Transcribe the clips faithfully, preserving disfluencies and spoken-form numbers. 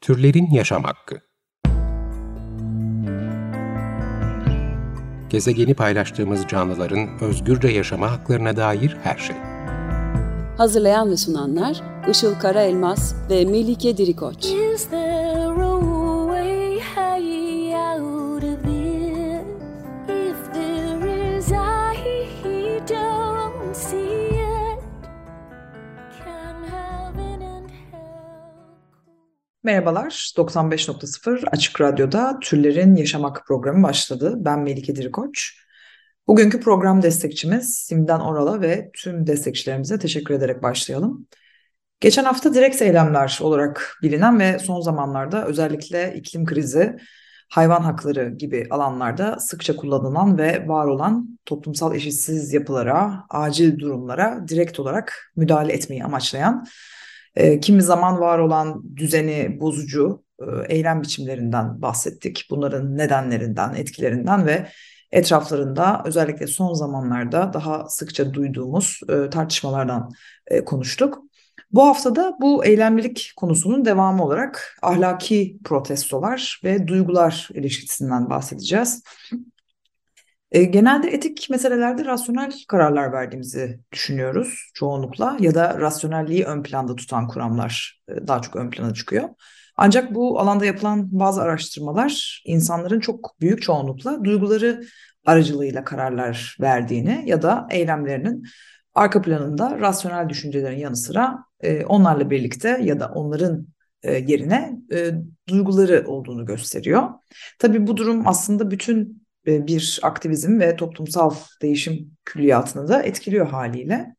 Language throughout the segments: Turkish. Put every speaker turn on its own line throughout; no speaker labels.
Türlerin yaşam hakkı. Gezegeni paylaştığımız canlıların özgürce yaşama haklarına dair her şey.
Hazırlayan ve sunanlar Işıl Karaelmaz ve Melike Dirikoç.
Merhabalar, doksan beş nokta sıfır Açık Radyo'da Türlerin Yaşam Hakkı programı başladı. Ben Melike Dirikoç. Bugünkü program destekçimiz Simden Oral'a ve tüm destekçilerimize teşekkür ederek başlayalım. Geçen hafta direkt eylemler olarak bilinen ve son zamanlarda özellikle iklim krizi, hayvan hakları gibi alanlarda sıkça kullanılan ve var olan toplumsal eşitsiz yapılara, acil durumlara direkt olarak müdahale etmeyi amaçlayan, e, kimi zaman var olan düzeni bozucu e, eylem biçimlerinden bahsettik. Bunların nedenlerinden, etkilerinden ve etraflarında özellikle son zamanlarda daha sıkça duyduğumuz e, tartışmalardan e, konuştuk. Bu haftada bu eylemlilik konusunun devamı olarak ahlaki protestolar ve duygular ilişkisinden bahsedeceğiz. E, genelde etik meselelerde rasyonel kararlar verdiğimizi düşünüyoruz çoğunlukla ya da rasyonelliği ön planda tutan kuramlar e, daha çok ön plana çıkıyor. Ancak bu alanda yapılan bazı araştırmalar insanların çok büyük çoğunlukla duyguları aracılığıyla kararlar verdiğini ya da eylemlerinin arka planında rasyonel düşüncelerin yanı sıra e, onlarla birlikte ya da onların e, yerine e, duyguları olduğunu gösteriyor. Tabii bu durum aslında bütün e, bir aktivizm ve toplumsal değişim külliyatını da etkiliyor haliyle.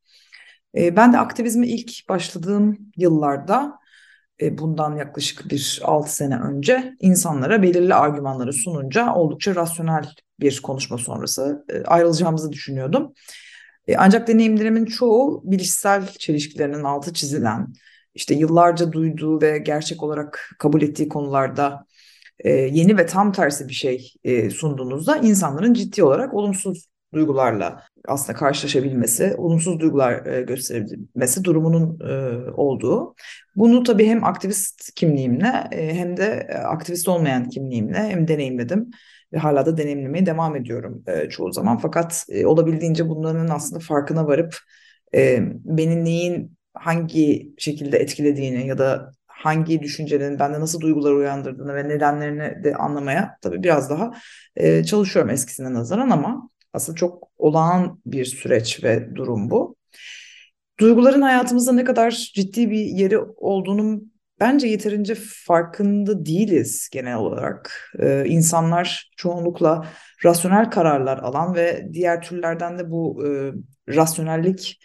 E, ben de aktivizme ilk başladığım yıllarda e, bundan yaklaşık bir altı sene önce insanlara belirli argümanları sununca oldukça rasyonel bir konuşma sonrası e, ayrılacağımızı düşünüyordum. E, ancak deneyimlerimin çoğu bilişsel çelişkilerinin altı çizilen, işte yıllarca duyduğu ve gerçek olarak kabul ettiği konularda e, yeni ve tam tersi bir şey e, sunduğunuzda insanların ciddi olarak olumsuz duygularla aslında karşılaşabilmesi, olumsuz duygular e, gösterebilmesi durumunun e, olduğu. Bunu tabii hem aktivist kimliğimle e, hem de aktivist olmayan kimliğimle hem deneyimledim. Ve hala da deneyimlemeye devam ediyorum e, çoğu zaman. Fakat e, olabildiğince bunların aslında farkına varıp e, beni neyin hangi şekilde etkilediğini ya da hangi düşüncelerin bende nasıl duygular uyandırdığını ve nedenlerini de anlamaya tabii biraz daha e, çalışıyorum eskisine nazaran, ama aslında çok olağan bir süreç ve durum bu. Duyguların hayatımızda ne kadar ciddi bir yeri olduğunun bence yeterince farkında değiliz genel olarak. Ee, insanlar çoğunlukla rasyonel kararlar alan ve diğer türlerden de bu e, rasyonellik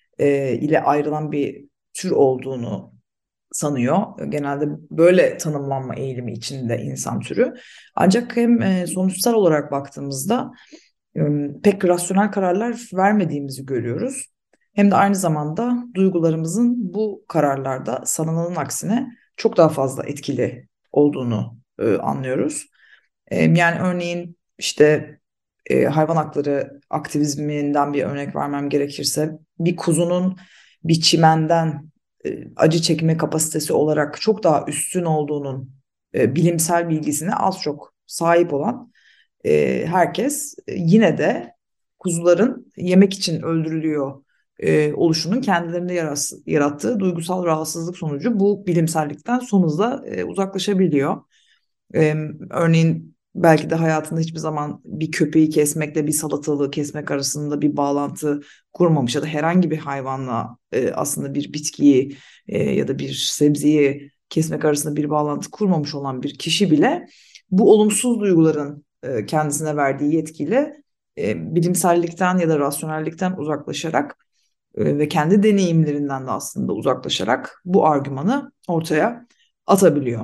e, ile ayrılan bir tür olduğunu sanıyor. Genelde böyle tanımlanma eğilimi içinde insan türü. Ancak hem e, sonuçsal olarak baktığımızda e, pek rasyonel kararlar vermediğimizi görüyoruz. Hem de aynı zamanda duygularımızın bu kararlarda sanılanın aksine çok daha fazla etkili olduğunu e, anlıyoruz. E, yani örneğin işte e, hayvan hakları aktivizminden bir örnek vermem gerekirse, bir kuzunun bir çimenden e, acı çekme kapasitesi olarak çok daha üstün olduğunun e, bilimsel bilgisine az çok sahip olan e, herkes e, yine de kuzuların yemek için öldürülüyor e, oluşunun kendilerinde yaras- yarattığı duygusal rahatsızlık sonucu bu bilimsellikten son hızla e, uzaklaşabiliyor. E, örneğin belki de hayatında hiçbir zaman bir köpeği kesmekle bir salatalığı kesmek arasında bir bağlantı kurmamış ya da herhangi bir hayvanla e, aslında bir bitkiyi e, ya da bir sebzeyi kesmek arasında bir bağlantı kurmamış olan bir kişi bile bu olumsuz duyguların e, kendisine verdiği yetkiyle e, bilimsellikten ya da rasyonellikten uzaklaşarak e, ve kendi deneyimlerinden de aslında uzaklaşarak bu argümanı ortaya atabiliyor.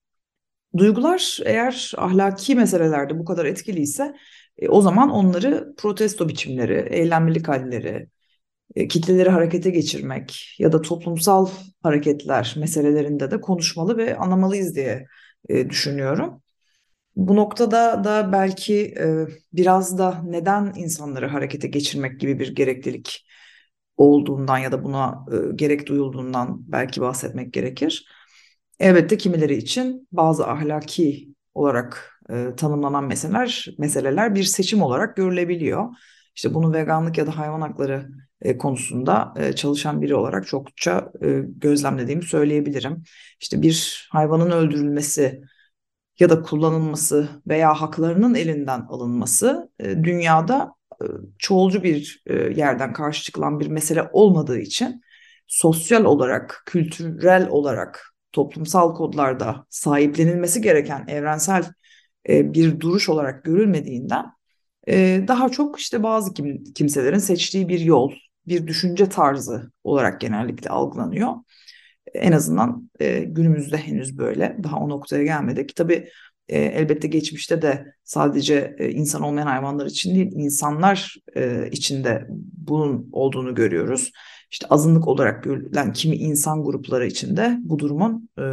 Duygular eğer ahlaki meselelerde bu kadar etkiliyse e, o zaman onları protesto biçimleri, eylemlilik halleri, e, kitleleri harekete geçirmek ya da toplumsal hareketler meselelerinde de konuşmalı ve anlamalıyız diye e, düşünüyorum. Bu noktada da belki e, biraz da neden insanları harekete geçirmek gibi bir gereklilik olduğundan ya da buna e, gerek duyulduğundan belki bahsetmek gerekir. Elbette kimileri için bazı ahlaki olarak e, tanımlanan meseleler, meseleler bir seçim olarak görülebiliyor. İşte bunu veganlık ya da hayvan hakları e, konusunda e, çalışan biri olarak çokça e, gözlemlediğimi söyleyebilirim. İşte bir hayvanın öldürülmesi ya da kullanılması veya haklarının elinden alınması e, dünyada e, çoğulcu bir e, yerden karşı çıkılan bir mesele olmadığı için sosyal olarak, kültürel olarak, toplumsal kodlarda sahiplenilmesi gereken evrensel e, bir duruş olarak görülmediğinden e, daha çok işte bazı kim, kimselerin seçtiği bir yol, bir düşünce tarzı olarak genellikle algılanıyor. En azından e, günümüzde henüz böyle. Daha o noktaya gelmedik. Tabii e, elbette geçmişte de sadece e, insan olmayan hayvanlar için değil, insanlar e, için de bunun olduğunu görüyoruz. İşte azınlık olarak görülen kimi insan grupları içinde bu durumun e,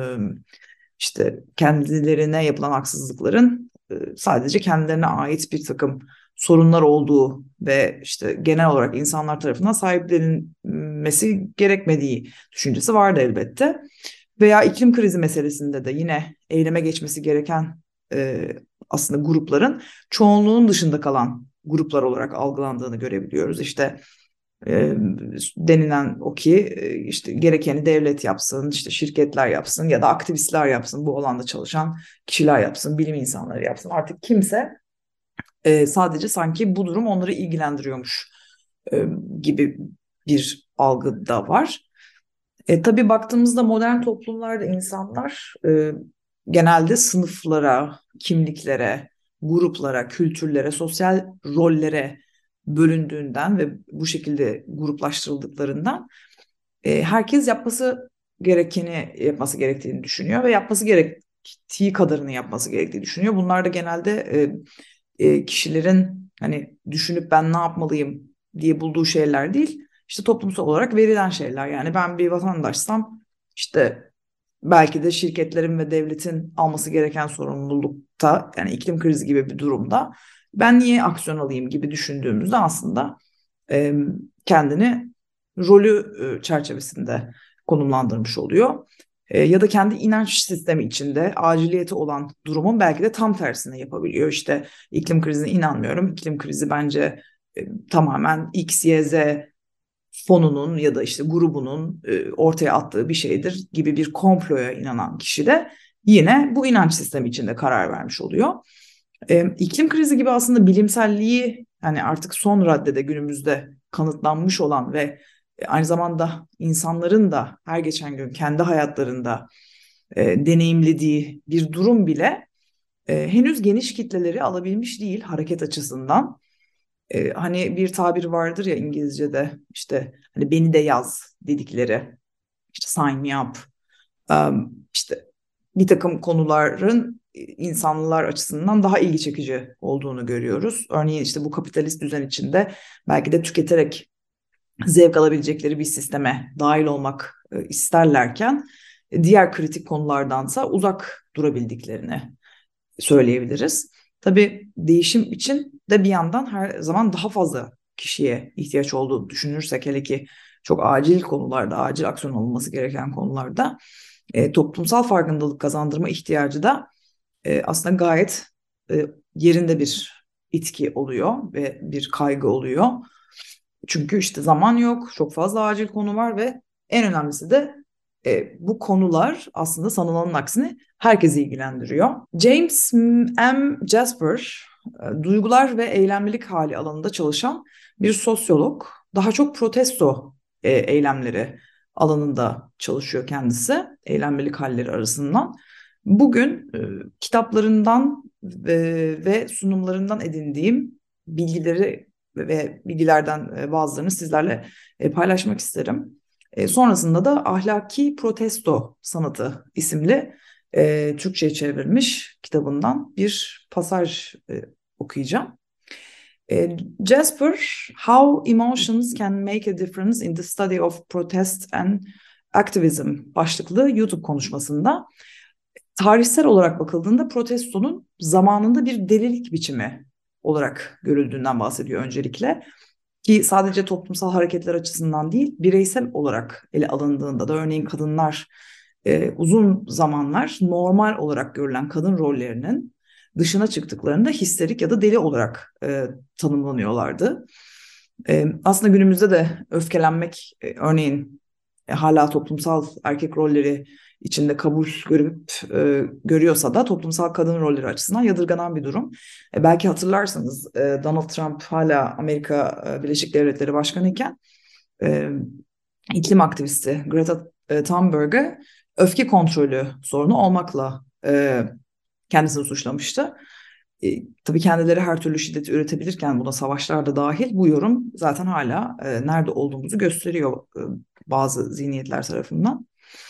işte kendilerine yapılan haksızlıkların e, sadece kendilerine ait bir takım sorunlar olduğu ve işte genel olarak insanlar tarafından sahiplenilmesi gerekmediği düşüncesi vardı elbette. Veya iklim krizi meselesinde de yine eyleme geçmesi gereken e, aslında grupların çoğunluğun dışında kalan gruplar olarak algılandığını görebiliyoruz. İşte e, denilen o ki e, işte gerekeni devlet yapsın, işte şirketler yapsın ya da aktivistler yapsın, bu alanda çalışan kişiler yapsın, bilim insanları yapsın. Artık kimse e, sadece sanki bu durum onları ilgilendiriyormuş e, gibi bir algı da var. E, tabii baktığımızda modern toplumlarda insanlar e, genelde sınıflara, kimliklere, gruplara, kültürlere, sosyal rollere bölündüğünden ve bu şekilde gruplaştırıldıklarından e, herkes yapması gerekeni yapması gerektiğini düşünüyor ve yapması gerektiği kadarını yapması gerektiğini düşünüyor. Bunlar da genelde e, e, kişilerin hani düşünüp ben ne yapmalıyım diye bulduğu şeyler değil. İşte toplumsal olarak verilen şeyler. Yani ben bir vatandaşsam işte belki de şirketlerin ve devletin alması gereken sorumlulukta, yani iklim krizi gibi bir durumda ben niye aksiyon alayım gibi düşündüğümüzde aslında e, kendini rolü e, çerçevesinde konumlandırmış oluyor. E, ya da kendi inanç sistemi içinde aciliyeti olan durumun belki de tam tersini yapabiliyor. İşte iklim krizine inanmıyorum. İklim krizi bence e, tamamen X, Y, Z fonunun ya da işte grubunun e, ortaya attığı bir şeydir gibi bir komploya inanan kişi de yine bu inanç sistemi içinde karar vermiş oluyor. E, iklim krizi gibi aslında bilimselliği, yani artık son raddede günümüzde kanıtlanmış olan ve aynı zamanda insanların da her geçen gün kendi hayatlarında e, deneyimlediği bir durum bile e, henüz geniş kitleleri alabilmiş değil hareket açısından. E, hani bir tabir vardır ya İngilizce'de, işte hani beni de yaz dedikleri, işte sign me up. Um, işte bir takım konuların insanlılar açısından daha ilgi çekici olduğunu görüyoruz. Örneğin işte bu kapitalist düzen içinde belki de tüketerek zevk alabilecekleri bir sisteme dahil olmak e, isterlerken e, diğer kritik konulardansa uzak durabildiklerini söyleyebiliriz. Tabii değişim için de bir yandan her zaman daha fazla kişiye ihtiyaç olduğunu düşünürsek, hele ki çok acil konularda, acil aksiyon alınması gereken konularda e, toplumsal farkındalık kazandırma ihtiyacı da e, aslında gayet e, yerinde bir itki oluyor ve bir kaygı oluyor. Çünkü işte zaman yok, çok fazla acil konu var ve en önemlisi de e, bu konular aslında sanılanın aksine herkesi ilgilendiriyor. James M. Jasper, e, duygular ve eylemlilik hali alanında çalışan bir sosyolog. Daha çok protesto e, eylemleri alanında çalışıyor kendisi, eylemlilik halleri arasından. Bugün e, kitaplarından e, ve sunumlarından edindiğim bilgileri ve bilgilerden e, bazılarını sizlerle e, paylaşmak isterim. E, sonrasında da Ahlaki Protesto Sanatı isimli e, Türkçe'ye çevrilmiş kitabından bir pasaj e, okuyacağım. E, Jasper, How Emotions Can Make a Difference in the Study of Protest and Activism başlıklı YouTube konuşmasında tarihsel olarak bakıldığında protestonun zamanında bir delilik biçimi olarak görüldüğünden bahsediyor öncelikle. Ki sadece toplumsal hareketler açısından değil, bireysel olarak ele alındığında da, örneğin kadınlar e, uzun zamanlar normal olarak görülen kadın rollerinin dışına çıktıklarında histerik ya da deli olarak e, tanımlanıyorlardı. E, aslında günümüzde de öfkelenmek e, örneğin e, hala toplumsal erkek rolleri içinde kabul görüp e, görüyorsa da toplumsal kadın rolleri açısından yadırganan bir durum. E, belki hatırlarsınız e, Donald Trump hala Amerika e, Birleşik Devletleri Başkanı iken e, iklim aktivisti Greta e, Thunberg'e öfke kontrolü sorunu olmakla e, kendisini suçlamıştı. E, tabii kendileri her türlü şiddeti üretebilirken buna savaşlar da dahil bu yorum zaten hala e, nerede olduğumuzu gösteriyor e, bazı zihniyetler tarafından.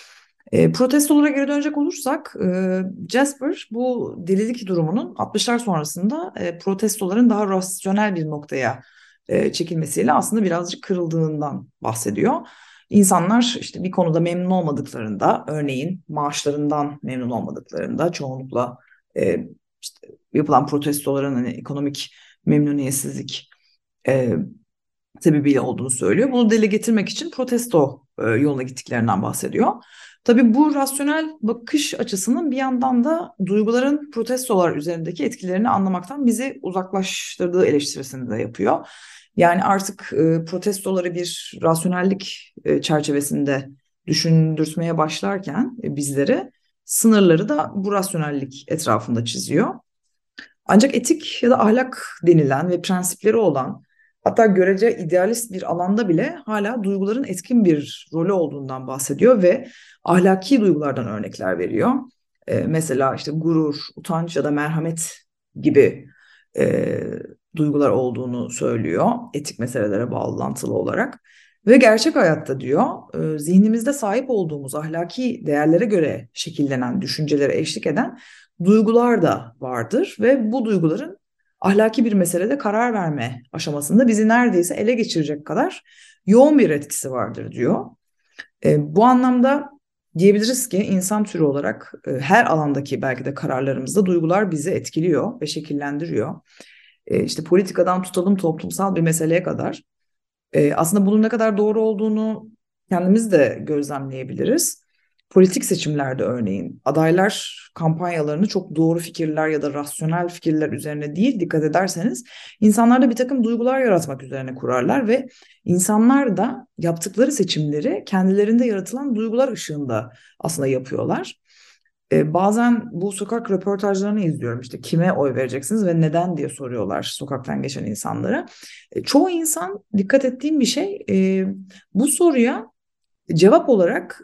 E, protestolara geri dönecek olursak e, Jasper bu delilik durumunun altmışlar sonrasında e, protestoların daha rasyonel bir noktaya e, çekilmesiyle aslında birazcık kırıldığından bahsediyor. İnsanlar işte bir konuda memnun olmadıklarında, örneğin maaşlarından memnun olmadıklarında çoğunlukla e, işte yapılan protestoların hani ekonomik memnuniyetsizlik e, sebebiyle olduğunu söylüyor. Bunu dile getirmek için protesto e, yoluna gittiklerinden bahsediyor. Tabii bu rasyonel bakış açısının bir yandan da duyguların protestolar üzerindeki etkilerini anlamaktan bizi uzaklaştırdığı eleştirisini de yapıyor. Yani artık e, protestoları bir rasyonellik e, çerçevesinde düşündürtmeye başlarken e, bizleri sınırları da bu rasyonellik etrafında çiziyor. Ancak etik ya da ahlak denilen ve prensipleri olan, hatta görece idealist bir alanda bile hala duyguların etkin bir rolü olduğundan bahsediyor ve ahlaki duygulardan örnekler veriyor. Ee, mesela işte gurur, utanç ya da merhamet gibi e, duygular olduğunu söylüyor etik meselelere bağlantılı olarak. Ve gerçek hayatta diyor, e, zihnimizde sahip olduğumuz ahlaki değerlere göre şekillenen düşüncelere eşlik eden duygular da vardır ve bu duyguların ahlaki bir meselede karar verme aşamasında bizi neredeyse ele geçirecek kadar yoğun bir etkisi vardır diyor. E, bu anlamda diyebiliriz ki insan türü olarak e, her alandaki belki de kararlarımızda duygular bizi etkiliyor ve şekillendiriyor. E, işte politikadan tutalım toplumsal bir meseleye kadar. E, aslında bunun ne kadar doğru olduğunu kendimiz de gözlemleyebiliriz. Politik seçimlerde örneğin adaylar kampanyalarını çok doğru fikirler ya da rasyonel fikirler üzerine değil, dikkat ederseniz insanlarda bir takım duygular yaratmak üzerine kurarlar ve insanlar da yaptıkları seçimleri kendilerinde yaratılan duygular ışığında aslında yapıyorlar. Ee, bazen bu sokak röportajlarını izliyorum, işte kime oy vereceksiniz ve neden diye soruyorlar sokaktan geçen insanlara. E, çoğu insan, dikkat ettiğim bir şey, e, bu soruya cevap olarak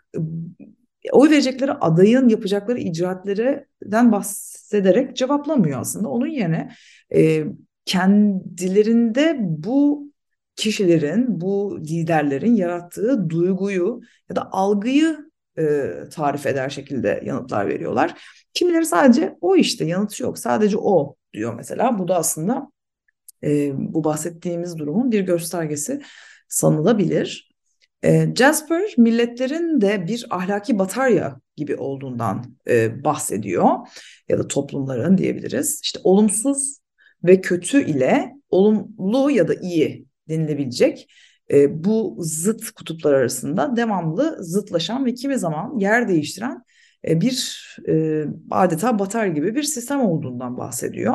e, oy verecekleri adayın yapacakları icraatlerden bahsederek cevaplamıyor aslında. Onun yerine e, kendilerinde bu kişilerin, bu liderlerin yarattığı duyguyu ya da algıyı e, tarif eder şekilde yanıtlar veriyorlar. Kimileri sadece o, işte yanıtı yok, sadece o diyor mesela. Bu da aslında e, bu bahsettiğimiz durumun bir göstergesi sanılabilir. E, Jasper milletlerin de bir ahlaki batarya gibi olduğundan e, bahsediyor ya da toplumların diyebiliriz. İşte olumsuz ve kötü ile olumlu ya da iyi denilebilecek e, bu zıt kutuplar arasında devamlı zıtlaşan ve kimi zaman yer değiştiren e, bir e, adeta batarya gibi bir sistem olduğundan bahsediyor.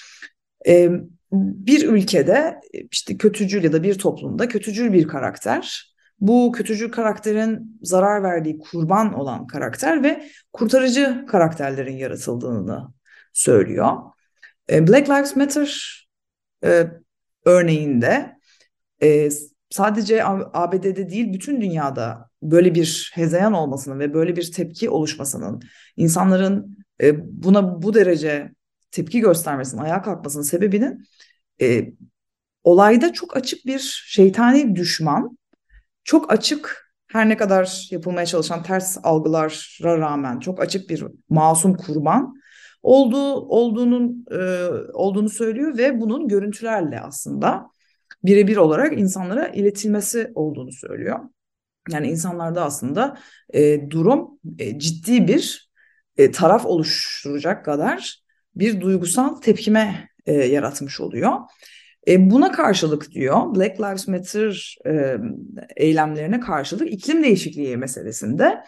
E, bir ülkede işte kötücül ya da bir toplumda kötücül bir karakter, bu kötücül karakterin zarar verdiği kurban olan karakter ve kurtarıcı karakterlerin yaratıldığını söylüyor. E, Black Lives Matter e, örneğinde e, sadece A B D'de değil bütün dünyada böyle bir hezeyan olmasının ve böyle bir tepki oluşmasının, insanların e, buna bu derece tepki göstermesinin, ayağa kalkmasının sebebinin e, olayda çok açık bir şeytani düşman, çok açık, her ne kadar yapılmaya çalışan ters algılara rağmen çok açık bir masum kurban olduğu olduğunun e, olduğunu söylüyor ve bunun görüntülerle aslında birebir olarak insanlara iletilmesi olduğunu söylüyor. Yani insanlarda aslında e, durum e, ciddi bir e, taraf oluşturacak kadar bir duygusal tepkime e, yaratmış oluyor. E, buna karşılık diyor, Black Lives Matter e, eylemlerine karşılık iklim değişikliği meselesinde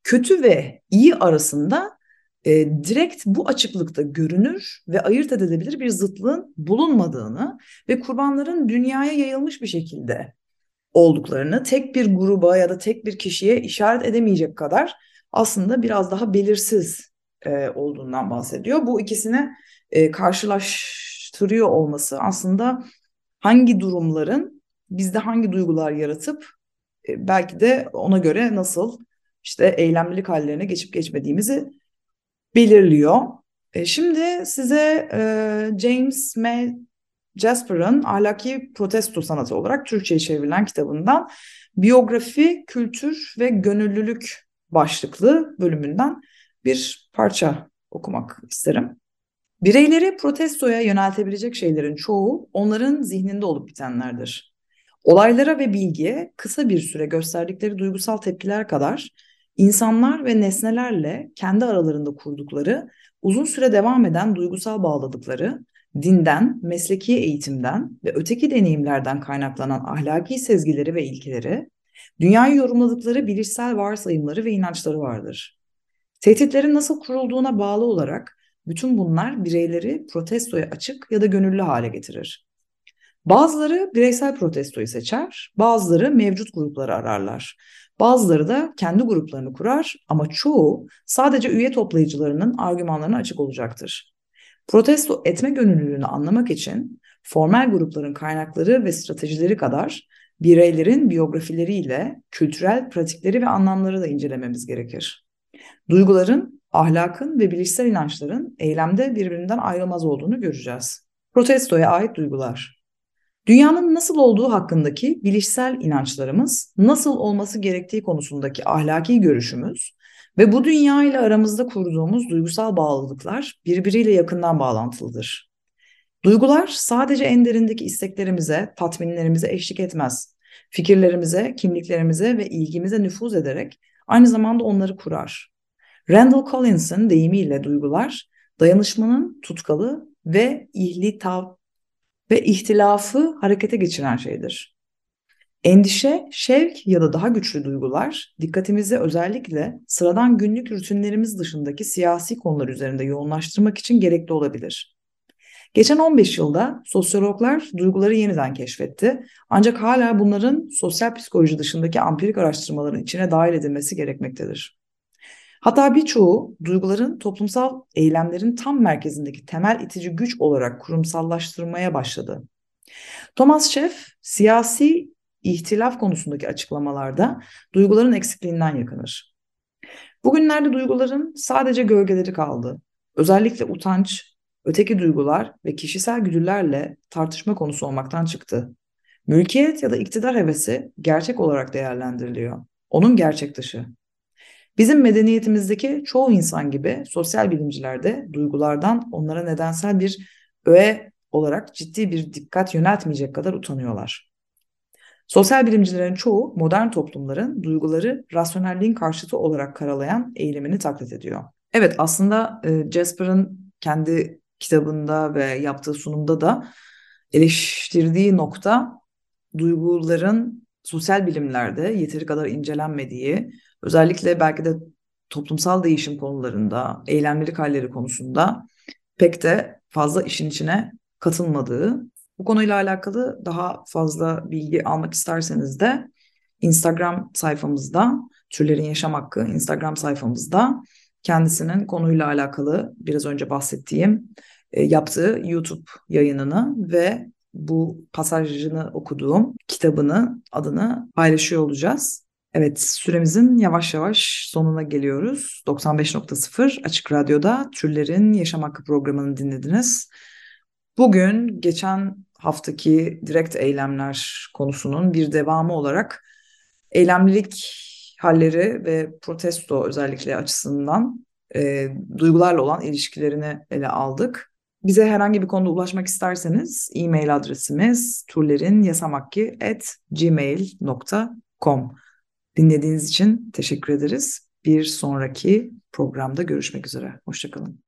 kötü ve iyi arasında e, direkt bu açıklıkta görünür ve ayırt edilebilir bir zıtlığın bulunmadığını ve kurbanların dünyaya yayılmış bir şekilde olduklarını, tek bir gruba ya da tek bir kişiye işaret edemeyecek kadar aslında biraz daha belirsiz e, olduğundan bahsediyor. Bu ikisini e, karşılaştırıyor olması aslında hangi durumların bizde hangi duygular yaratıp e, belki de ona göre nasıl işte eylemlilik hallerine geçip geçmediğimizi belirliyor. E, şimdi size e, James M. Jasper'ın Ahlaki Protesto Sanatı olarak Türkçe'ye çevrilen kitabından Biyografi, Kültür ve Gönüllülük başlıklı bölümünden bir parça okumak isterim. Bireyleri protestoya yöneltebilecek şeylerin çoğu onların zihninde olup bitenlerdir. Olaylara ve bilgiye kısa bir süre gösterdikleri duygusal tepkiler kadar insanlar ve nesnelerle kendi aralarında kurdukları, uzun süre devam eden duygusal bağladıkları, dinden, mesleki eğitimden ve öteki deneyimlerden kaynaklanan ahlaki sezgileri ve ilkeleri, dünyayı yorumladıkları bilişsel varsayımları ve inançları vardır. Tehditlerin nasıl kurulduğuna bağlı olarak bütün bunlar bireyleri protestoya açık ya da gönüllü hale getirir. Bazıları bireysel protestoyu seçer, bazıları mevcut grupları ararlar. Bazıları da kendi gruplarını kurar ama çoğu sadece üye toplayıcılarının argümanlarına açık olacaktır. Protesto etme gönüllülüğünü anlamak için formal grupların kaynakları ve stratejileri kadar bireylerin biyografileriyle kültürel pratikleri ve anlamları da incelememiz gerekir. Duyguların, ahlakın ve bilişsel inançların eylemde birbirinden ayrılmaz olduğunu göreceğiz. Protestoya ait duygular. Dünyanın nasıl olduğu hakkındaki bilişsel inançlarımız, nasıl olması gerektiği konusundaki ahlaki görüşümüz ve bu dünya ile aramızda kurduğumuz duygusal bağlılıklar birbiriyle yakından bağlantılıdır. Duygular sadece en derindeki isteklerimize, tatminlerimize eşlik etmez. Fikirlerimize, kimliklerimize ve ilgimize nüfuz ederek aynı zamanda onları kurar. Randall Collins'in deyimiyle duygular, dayanışmanın tutkalı ve ihlitav ve ihtilafı harekete geçiren şeydir. Endişe, şevk ya da daha güçlü duygular dikkatimizi özellikle sıradan günlük rutinlerimiz dışındaki siyasi konular üzerinde yoğunlaştırmak için gerekli olabilir. Geçen on beş yılda sosyologlar duyguları yeniden keşfetti, ancak hala bunların sosyal psikoloji dışındaki empirik araştırmaların içine dahil edilmesi gerekmektedir. Hatta birçoğu duyguların toplumsal eylemlerin tam merkezindeki temel itici güç olarak kurumsallaştırmaya başladı. Thomas Schaff, siyasi ihtilaf konusundaki açıklamalarda duyguların eksikliğinden yakınır. Bugünlerde duyguların sadece gölgeleri kaldı. Özellikle utanç, öteki duygular ve kişisel güdülerle tartışma konusu olmaktan çıktı. Mülkiyet ya da iktidar hevesi gerçek olarak değerlendiriliyor. Onun gerçek dışı. Bizim medeniyetimizdeki çoğu insan gibi sosyal bilimciler de duygulardan onlara nedensel bir öğe olarak ciddi bir dikkat yöneltmeyecek kadar utanıyorlar. Sosyal bilimcilerin çoğu modern toplumların duyguları rasyonelliğin karşıtı olarak karalayan eğilimini taklit ediyor. Evet, aslında e, Jasper'ın kendi kitabında ve yaptığı sunumda da eleştirdiği nokta duyguların sosyal bilimlerde yeteri kadar incelenmediği, özellikle belki de toplumsal değişim konularında, eylemlilik halleri konusunda pek de fazla işin içine katılmadığı. Bu konuyla alakalı daha fazla bilgi almak isterseniz de Instagram sayfamızda, Türlerin Yaşam Hakkı Instagram sayfamızda kendisinin konuyla alakalı biraz önce bahsettiğim e, yaptığı YouTube yayınını ve bu pasajını okuduğum kitabını, adını paylaşıyor olacağız. Evet, süremizin yavaş yavaş sonuna geliyoruz. doksan beş nokta sıfır Açık Radyo'da Türlerin Yaşam Hakkı programını dinlediniz. Bugün geçen haftaki direkt eylemler konusunun bir devamı olarak eylemlilik halleri ve protesto özellikle açısından e, duygularla olan ilişkilerini ele aldık. Bize herhangi bir konuda ulaşmak isterseniz e-mail adresimiz turlerinyasamakki at gmail nokta com. Dinlediğiniz için teşekkür ederiz. Bir sonraki programda görüşmek üzere. Hoşça kalın.